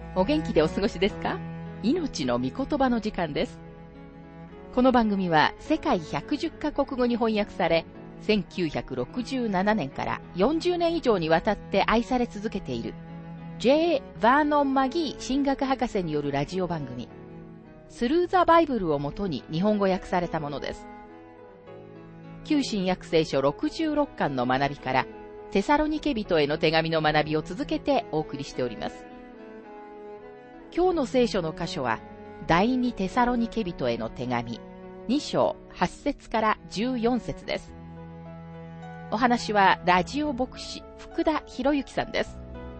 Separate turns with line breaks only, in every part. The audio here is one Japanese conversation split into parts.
お元気でお過ごしですか？命の御言葉の時間です。この番組は世界110カ国語に翻訳され、1967年から40年以上にわたって愛され続けている J. バーノン・マギー神学博士によるラジオ番組、スルー・ザ・バイブルをもとに日本語訳されたものです。旧新約聖書66巻の学びから、テサロニケ人への手紙の学びを続けてお送りしております。今日の聖書の箇所は、第2テサロニケ人への手紙、2章8節から14節です。お話はラジオ牧師福田博之さんです。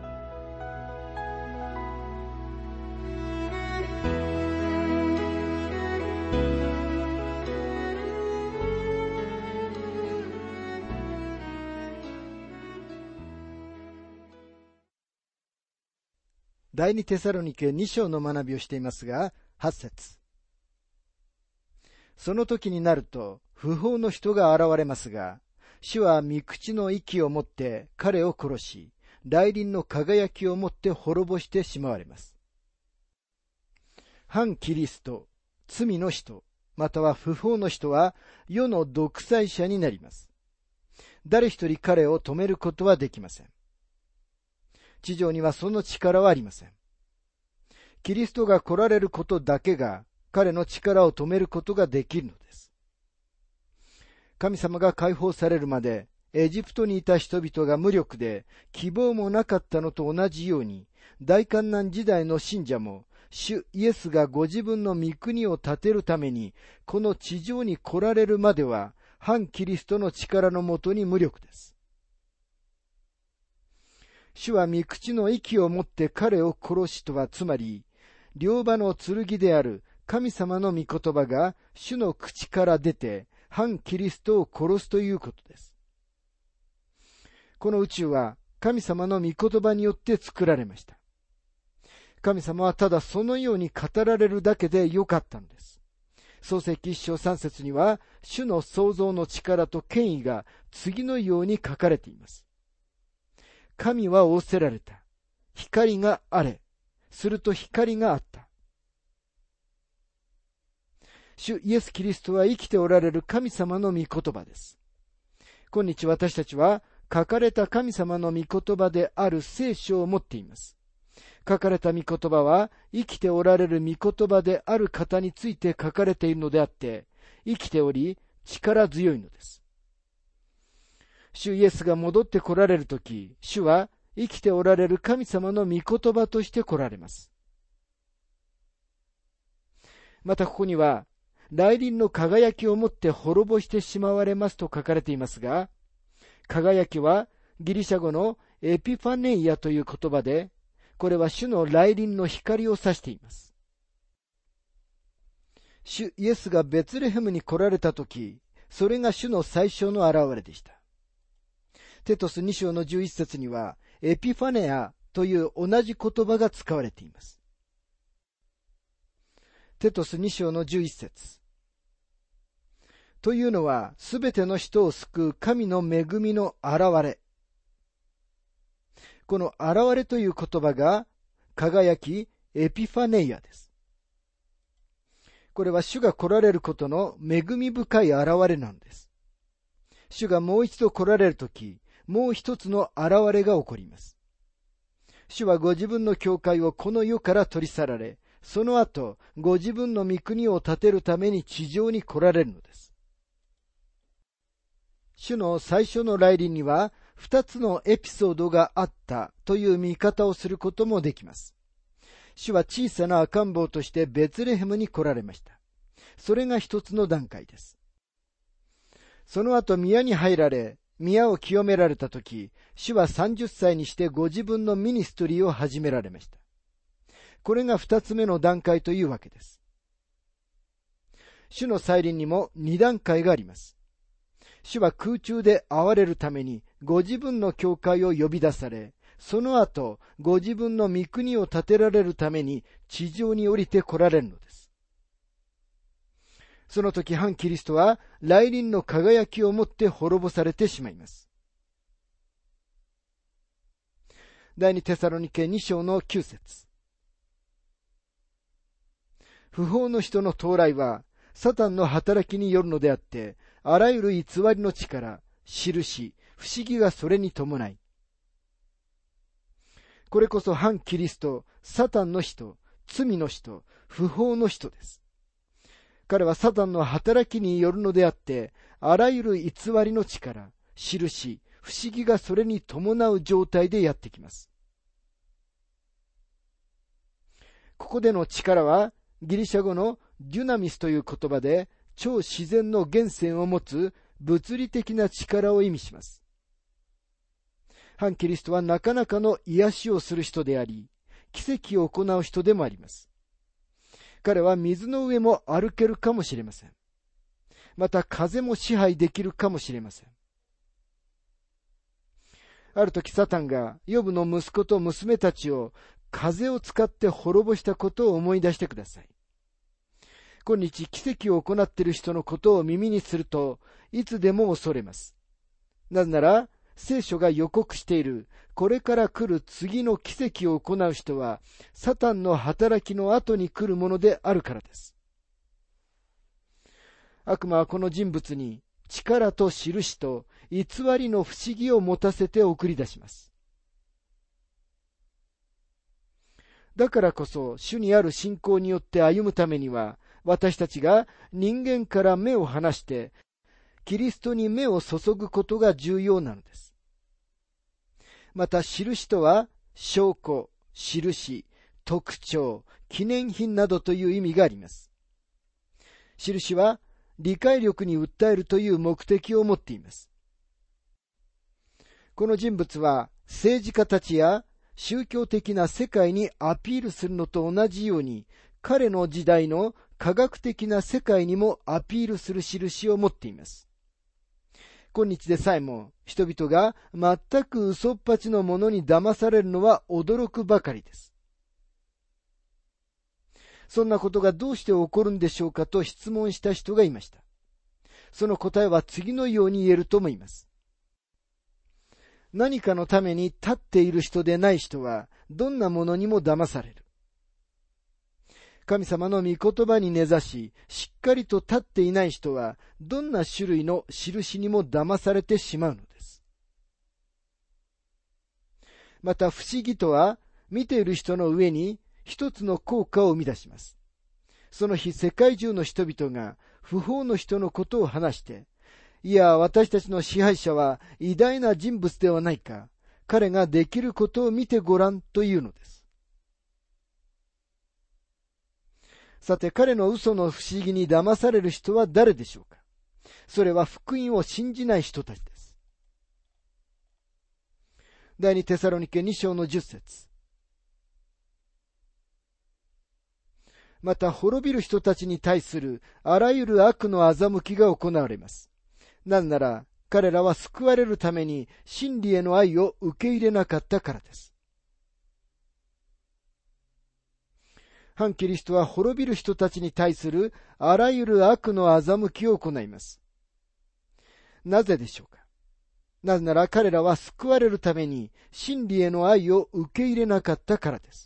第二テサロニケ2章の学びをしていますが、8節。その時になると、不法の人が現れますが、主は御口の息をもって彼を殺し、来臨の輝きをもって滅ぼしてしまわれます。反キリスト、罪の人、または不法の人は世の独裁者になります。誰一人彼を止めることはできません。地上にはその力はありません。キリストが来られることだけが彼の力を止めることができるのです。神様が解放されるまでエジプトにいた人々が無力で希望もなかったのと同じように、大観難時代の信者も主イエスがご自分の御国を建てるためにこの地上に来られるまでは反キリストの力のもとに無力です。主は御口の息をもって彼を殺しとは、つまり、両刃の剣である神様の御言葉が主の口から出て、反キリストを殺すということです。この宇宙は神様の御言葉によって作られました。神様はただそのように語られるだけでよかったのです。創世記1章3節には、主の創造の力と権威が次のように書かれています。神は仰せられた。光があれ。すると光があった。主イエス・キリストは生きておられる神様の御言葉です。今日私たちは書かれた神様の御言葉である聖書を持っています。書かれた御言葉は生きておられる御言葉である方について書かれているのであって、生きており力強いのです。主イエスが戻って来られるとき、主は生きておられる神様の御言葉として来られます。またここには、来臨の輝きをもって滅ぼしてしまわれますと書かれていますが、輝きはギリシャ語のエピファネイアという言葉で、これは主の来臨の光を指しています。主イエスがベツレヘムに来られたとき、それが主の最初の現れでした。テトス2章の11節には、エピファネアという同じ言葉が使われています。テトス2章の11節というのは、すべての人を救う神の恵みの現れ。この現れという言葉が、輝き、エピファネイアです。これは主が来られることの恵み深い現れなんです。主がもう一度来られるとき、もう一つの現れが起こります。主はご自分の教会をこの世から取り去られ、その後、ご自分の御国を建てるために地上に来られるのです。主の最初の来臨には、二つのエピソードがあったという見方をすることもできます。主は小さな赤ん坊としてベツレヘムに来られました。それが一つの段階です。その後、宮に入られ、宮を清められたとき、主は30歳にしてご自分のミニストリーを始められました。これが二つ目の段階というわけです。主の再臨にも2段階があります。主は空中で憐れるためにご自分の教会を呼び出され、その後、ご自分の御国を建てられるために地上に降りて来られるのです。その時反キリストは来臨の輝きをもって滅ぼされてしまいます。第二テサロニケ2章の9節。 不法の人の到来は、サタンの働きによるのであって、あらゆる偽りの力、印、不思議がそれに伴い、これこそ反キリスト、サタンの人、罪の人、不法の人です。彼はサタンの働きによるのであって、あらゆる偽りの力、印、不思議がそれに伴う状態でやってきます。ここでの力は、ギリシャ語のデュナミスという言葉で、超自然の源泉を持つ物理的な力を意味します。反キリストはなかなかの癒しをする人であり、奇跡を行う人でもあります。彼は水の上も歩けるかもしれません。また風も支配できるかもしれません。ある時サタンがヨブの息子と娘たちを風を使って滅ぼしたことを思い出してください。今日奇跡を行っている人のことを耳にするといつでも恐れます。なぜなら聖書が予告しているこれから来る次の奇跡を行う人はサタンの働きの後に来るものであるからです。悪魔はこの人物に力と印と偽りの不思議を持たせて送り出します。だからこそ主にある信仰によって歩むためには私たちが人間から目を離してキリストに目を注ぐことが重要なのです。また印とは証拠、印、特徴、記念品などという意味があります。印は理解力に訴えるという目的を持っています。この人物は政治家たちや宗教的な世界にアピールするのと同じように彼の時代の科学的な世界にもアピールする印を持っています。今日でさえも人々が全く嘘っぱちのものに騙されるのは驚くばかりです。そんなことがどうして起こるんでしょうかと質問した人がいました。その答えは次のように言えると思います。何かのために立っている人でない人はどんなものにも騙される。神様の御言葉に根ざし、しっかりと立っていない人は、どんな種類の印にも騙されてしまうのです。また不思議とは、見ている人の上に一つの効果を生み出します。その日世界中の人々が不法の人のことを話して、いや、私たちの支配者は偉大な人物ではないか。彼ができることを見てごらんというのです。さて、彼の嘘の不思議に騙される人は誰でしょうか。それは福音を信じない人たちです。第二テサロニケ2章の10節。また滅びる人たちに対するあらゆる悪の欺きが行われます。なぜなら彼らは救われるために真理への愛を受け入れなかったからです。反キリストは滅びる人たちに対するあらゆる悪の欺きを行います。なぜでしょうか。なぜなら彼らは救われるために真理への愛を受け入れなかったからです。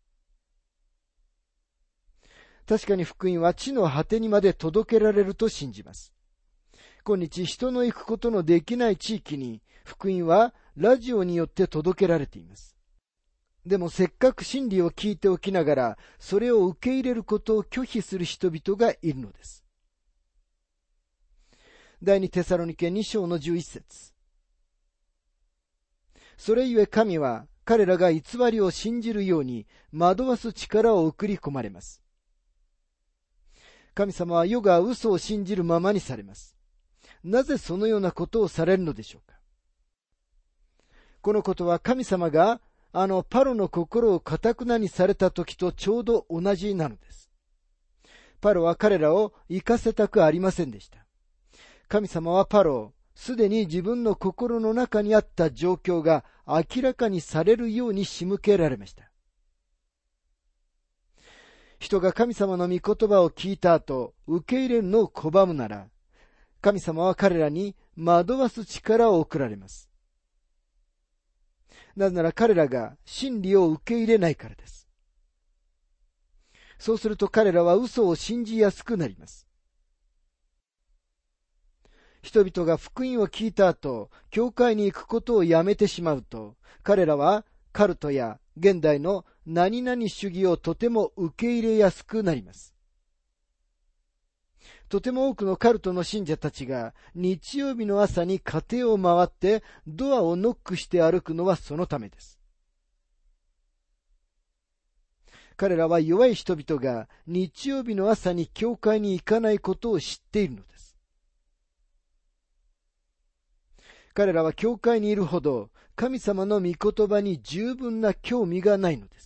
確かに福音は地の果てにまで届けられると信じます。今日人の行くことのできない地域に福音はラジオによって届けられています。でもせっかく真理を聞いておきながらそれを受け入れることを拒否する人々がいるのです。第二テサロニケ2章の11節。それゆえ神は彼らが偽りを信じるように惑わす力を送り込まれます。神様は世が嘘を信じるままにされます。なぜそのようなことをされるのでしょうか。このことは神様がパロの心を堅なにされた時とちょうど同じなのです。パロは彼らを生かせたくありませんでした。神様はパロをすでに自分の心の中にあった状況が明らかにされるように仕向けられました。人が神様の御言葉を聞いた後、受け入れるのを拒むなら、神様は彼らに惑わす力を送られます。なぜなら彼らが真理を受け入れないからです。 そうすると彼らは嘘を信じやすくなります。人々が福音を聞いた後、教会に行くことをやめてしまうと、彼らはカルトや現代の何々主義をとても受け入れやすくなります。とても多くのカルトの信者たちが日曜日の朝に家庭を回ってドアをノックして歩くのはそのためです。彼らは弱い人々が日曜日の朝に教会に行かないことを知っているのです。彼らは教会にいるほど神様の御言葉に十分な興味がないのです。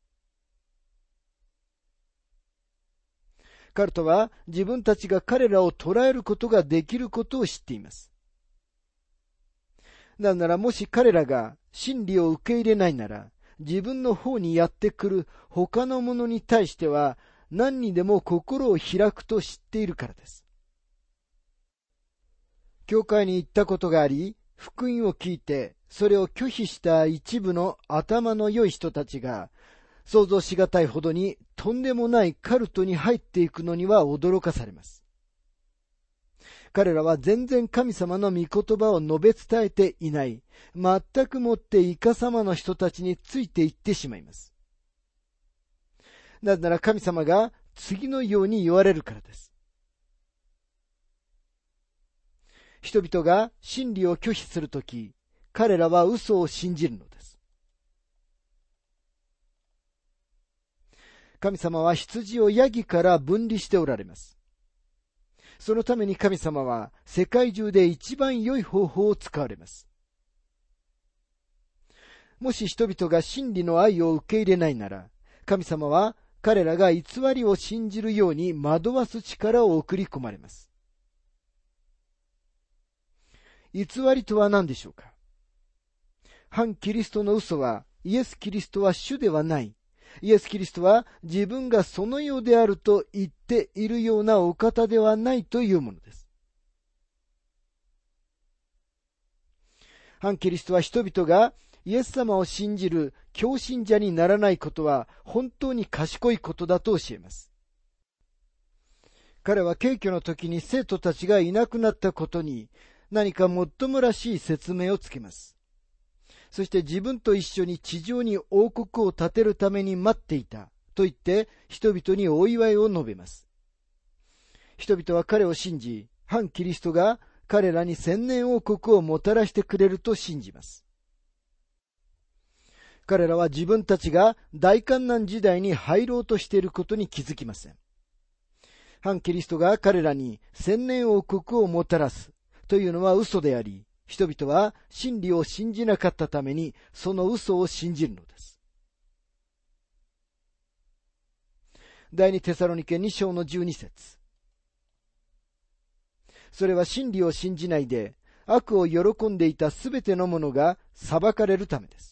カルトは自分たちが彼らを捕らえることができることを知っています。なんならもし彼らが真理を受け入れないなら、自分の方にやってくる他の者に対しては何にでも心を開くと知っているからです。教会に行ったことがあり、福音を聞いてそれを拒否した一部の頭の良い人たちが、想像しがたいほどにとんでもないカルトに入っていくのには驚かされます。彼らは全然神様の御言葉を述べ伝えていない、全くもってイカ様の人たちについていってしまいます。なぜなら神様が次のように言われるからです。人々が真理を拒否するとき、彼らは嘘を信じるのです。神様は羊をヤギから分離しておられます。そのために神様は世界中で一番良い方法を使われます。もし人々が真理の愛を受け入れないなら、神様は彼らが偽りを信じるように惑わす力を送り込まれます。偽りとは何でしょうか。反キリストの嘘は、イエス・キリストは主ではない。イエス・キリストは自分がそのようであると言っているようなお方ではないというものです。反キリストは人々がイエス様を信じる強信者にならないことは本当に賢いことだと教えます。彼は軽挙の時に生徒たちがいなくなったことに何かもっともらしい説明をつけます。そして自分と一緒に地上に王国を建てるために待っていたと言って人々にお祝いを述べます。人々は彼を信じ、反キリストが彼らに千年王国をもたらしてくれると信じます。彼らは自分たちが大患難時代に入ろうとしていることに気づきません。反キリストが彼らに千年王国をもたらすというのは嘘であり、人々は真理を信じなかったためにその嘘を信じるのです。第二テサロニケ2章の12節。それは真理を信じないで悪を喜んでいたすべての者が裁かれるためです。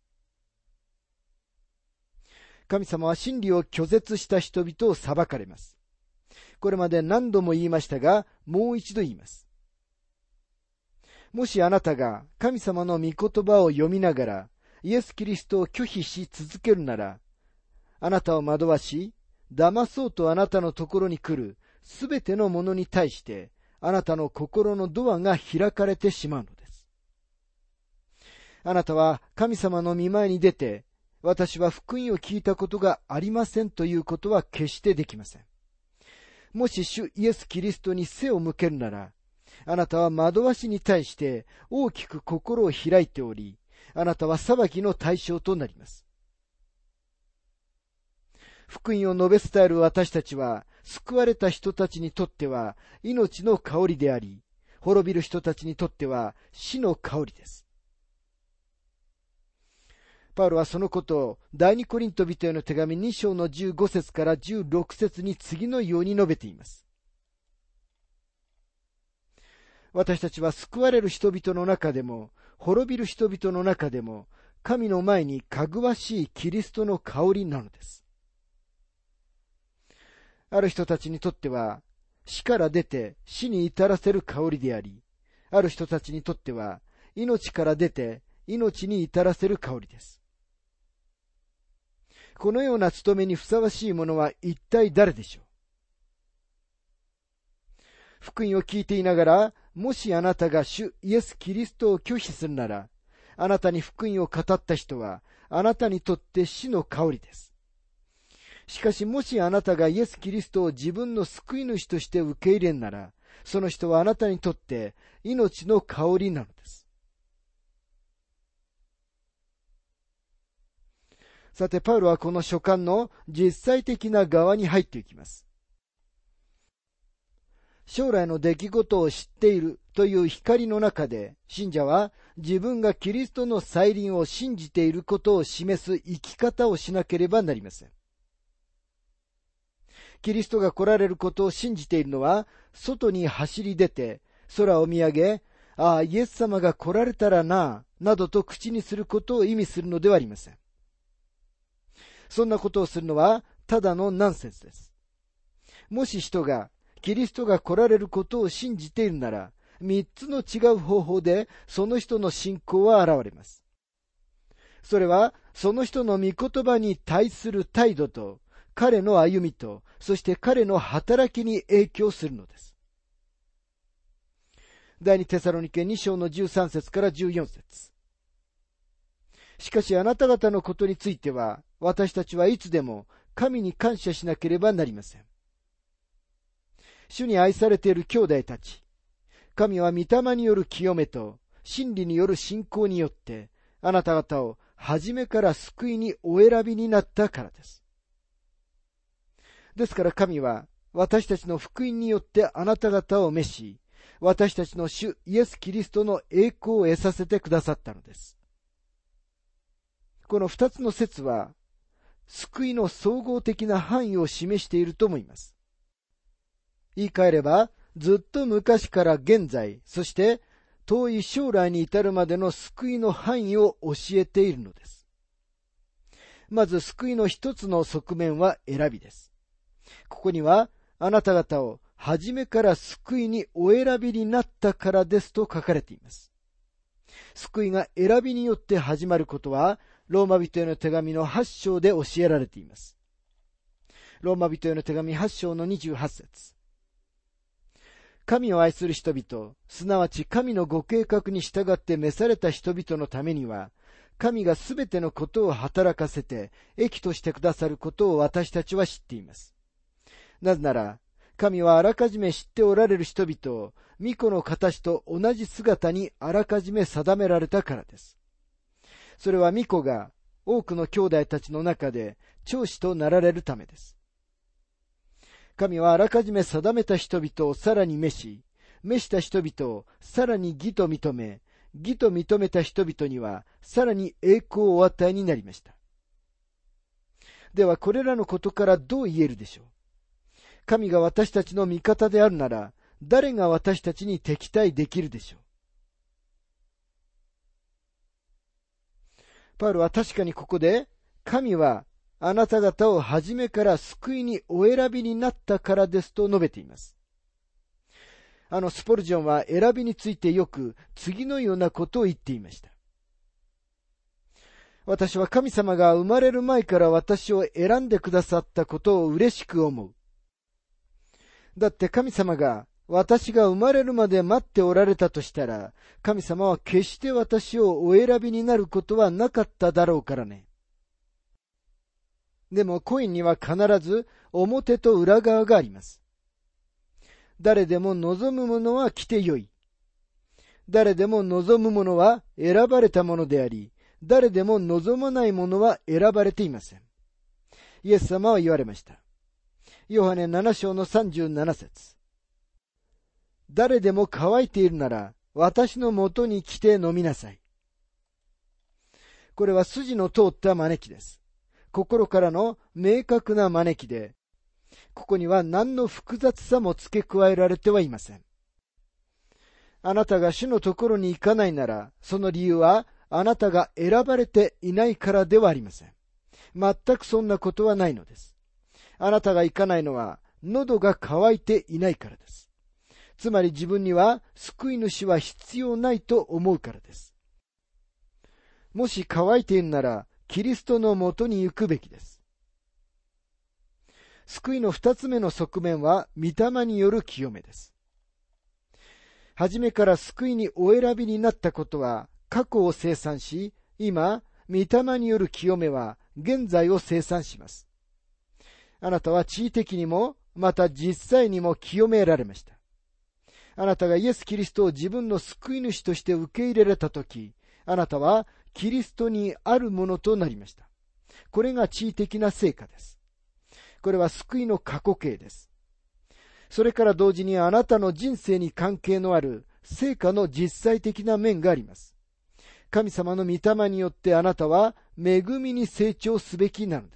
神様は真理を拒絶した人々を裁かれます。これまで何度も言いましたが、もう一度言います。もしあなたが神様の御言葉を読みながらイエス・キリストを拒否し続けるなら、あなたを惑わし、騙そうとあなたのところに来るすべてのものに対してあなたの心のドアが開かれてしまうのです。あなたは神様の御前に出て、私は福音を聞いたことがありませんということは決してできません。もし主イエス・キリストに背を向けるなら、あなたは惑わしに対して大きく心を開いており、あなたは裁きの対象となります。福音を述べ伝える私たちは、救われた人たちにとっては命の香りであり、滅びる人たちにとっては死の香りです。パウロはそのことを第二コリント人への手紙2章の15節から16節に次のように述べています。私たちは救われる人々の中でも滅びる人々の中でも神の前にかぐわしいキリストの香りなのです。ある人たちにとっては死から出て死に至らせる香りであり、ある人たちにとっては命から出て命に至らせる香りです。 このような務めにふさわしい者は一体誰でしょう。福音を聞いていながら、もしあなたが主イエス・キリストを拒否するなら、あなたに福音を語った人は、あなたにとって死の香りです。しかしもしあなたがイエス・キリストを自分の救い主として受け入れんなら、その人はあなたにとって命の香りなのです。さて、パウロはこの書簡の実際的な側に入っていきます。将来の出来事を知っているという光の中で、信者は自分がキリストの再臨を信じていることを示す生き方をしなければなりません。キリストが来られることを信じているのは、外に走り出て、空を見上げ、ああ、イエス様が来られたらな、などと口にすることを意味するのではありません。そんなことをするのは、ただのナンセンスです。もし人が、キリストが来られることを信じているなら、三つの違う方法で、その人の信仰は現れます。それは、その人の御言葉に対する態度と、彼の歩みと、そして彼の働きに影響するのです。第二テサロニケ2章の13節から14節。しかしあなた方のことについては、私たちはいつでも神に感謝しなければなりません。主に愛されている兄弟たち、神は御霊による清めと真理による信仰によって、あなた方を初めから救いにお選びになったからです。ですから神は私たちの福音によってあなた方を召し、私たちの主イエス・キリストの栄光を得させてくださったのです。この二つの説は、救いの総合的な範囲を示していると思います。言い換えれば、ずっと昔から現在、そして遠い将来に至るまでの救いの範囲を教えているのです。まず救いの一つの側面は選びです。ここには、あなた方を初めから救いにお選びになったからですと書かれています。救いが選びによって始まることは、ローマ人への手紙の8章で教えられています。ローマ人への手紙8章の28節。神を愛する人々、すなわち神のご計画に従って召された人々のためには、神がすべてのことを働かせて益としてくださることを私たちは知っています。なぜなら、神はあらかじめ知っておられる人々を、御子の形と同じ姿にあらかじめ定められたからです。それは御子が多くの兄弟たちの中で長子となられるためです。神はあらかじめ定めた人々をさらに召し、召した人々をさらに義と認め、義と認めた人々にはさらに栄光をお与えになりました。ではこれらのことからどう言えるでしょう。神が私たちの味方であるなら、誰が私たちに敵対できるでしょう。パウロは確かにここで、神はあなた方を初めから救いにお選びになったからですと述べています。スポルジョンは選びについてよく次のようなことを言っていました。私は神様が生まれる前から私を選んでくださったことを嬉しく思う。だって神様が私が生まれるまで待っておられたとしたら、神様は決して私をお選びになることはなかっただろうからね。でもコインには必ず表と裏側があります。誰でも望むものは来てよい。誰でも望むものは選ばれたものであり、誰でも望まないものは選ばれていません。イエス様は言われました。ヨハネ7章の37節。誰でも乾いているなら、私のもとに来て飲みなさい。これは筋の通った招きです。心からの明確な招きで、ここには何の複雑さも付け加えられてはいません。あなたが主のところに行かないなら、その理由はあなたが選ばれていないからではありません。全くそんなことはないのです。あなたが行かないのは喉が渇いていないからです。つまり自分には救い主は必要ないと思うからです。もし渇いているならキリストのもとに行くべきです。 救いの二つ目の側面は、御霊による清めです。はじめから救いにお選びになったことは、過去を清算し、今、御霊による清めは、現在を清算します。あなたは地位的にも、また実際にも清められました。あなたがイエス・キリストを自分の救い主として受け入れられたとき、あなたはキリストにあるものとなりました。これが地位的な成果です。これは救いの過去形です。それから同時にあなたの人生に関係のある成果の実際的な面があります。神様の御霊によってあなたは恵みに成長すべきなのです。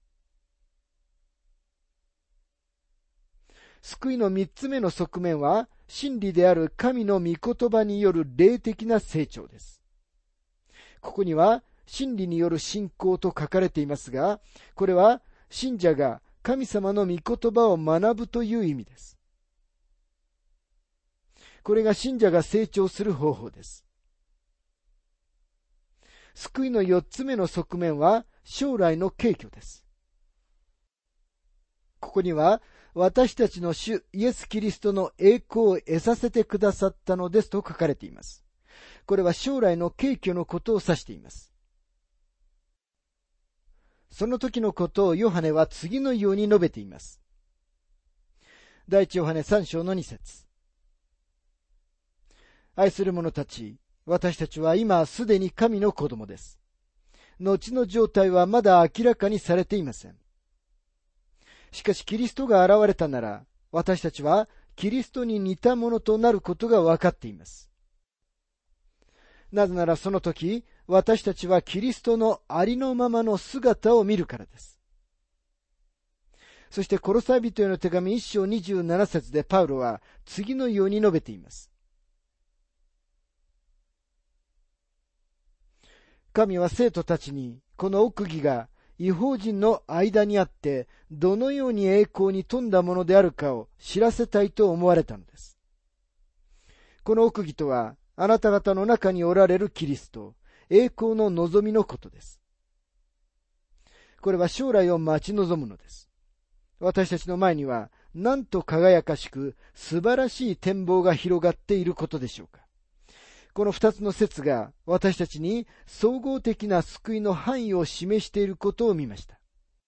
救いの三つ目の側面は、真理である神の御言葉による霊的な成長です。ここには、真理による信仰と書かれていますが、これは信者が神様の御言葉を学ぶという意味です。これが信者が成長する方法です。救いの四つ目の側面は、将来の景況です。ここには、私たちの主イエス・キリストの栄光を得させてくださったのですと書かれています。これは将来の景況のことを指しています。その時のことをヨハネは次のように述べています。第一ヨハネ3章の2節。愛する者たち、私たちは今すでに神の子供です。後の状態はまだ明らかにされていません。しかしキリストが現れたなら、私たちはキリストに似たものとなることが分かっています。なぜならその時、私たちはキリストのありのままの姿を見るからです。そしてコロサイ人への手紙1章27節でパウロは次のように述べています。神は生徒たちにこの奥義が異邦人の間にあってどのように栄光に富んだものであるかを知らせたいと思われたのです。この奥義とはあなた方の中におられるキリスト、栄光の望みのことです。これは将来を待ち望むのです。私たちの前にはなんと輝かしく素晴らしい展望が広がっていることでしょうか。この二つの説が私たちに総合的な救いの範囲を示していることを見ました。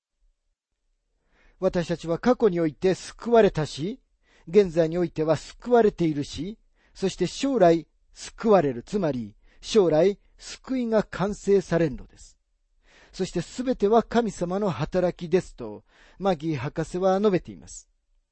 私たちは過去において救われたし、現在においては救われているし、そして将来救われる、つまり将来救いが完成されるのです。そしてすべては神様の働きですとマギー博士は述べています。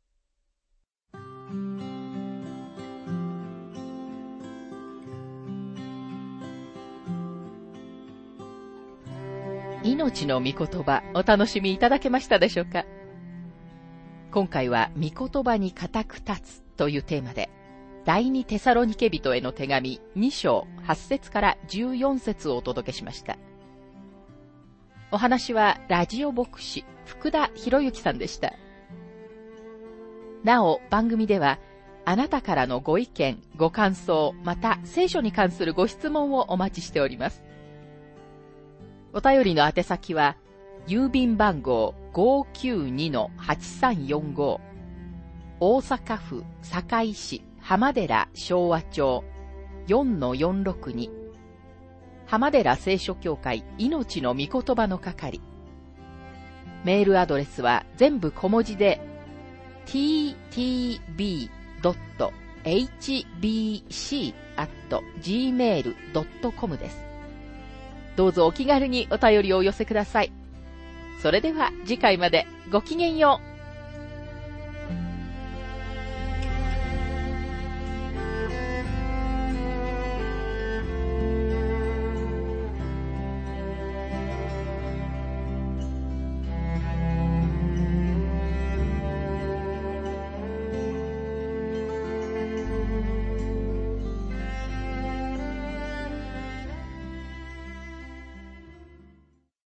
命の御言葉、お楽しみいただけましたでしょうか。今回は御言葉に固く立つというテーマで、第二テサロニケ人への手紙2章8節から14節をお届けしました。お話はラジオ牧師福田博之さんでした。なお番組ではあなたからのご意見、ご感想、また聖書に関するご質問をお待ちしております。お便りの宛先は、郵便番号 592-8345 大阪府堺市浜寺昭和町 4-462 浜寺聖書協会命の御言葉の係。メールアドレスは全部小文字で ttb.hbc@gmail.com です。どうぞお気軽にお便りをお寄せください。それでは次回までごきげんよう。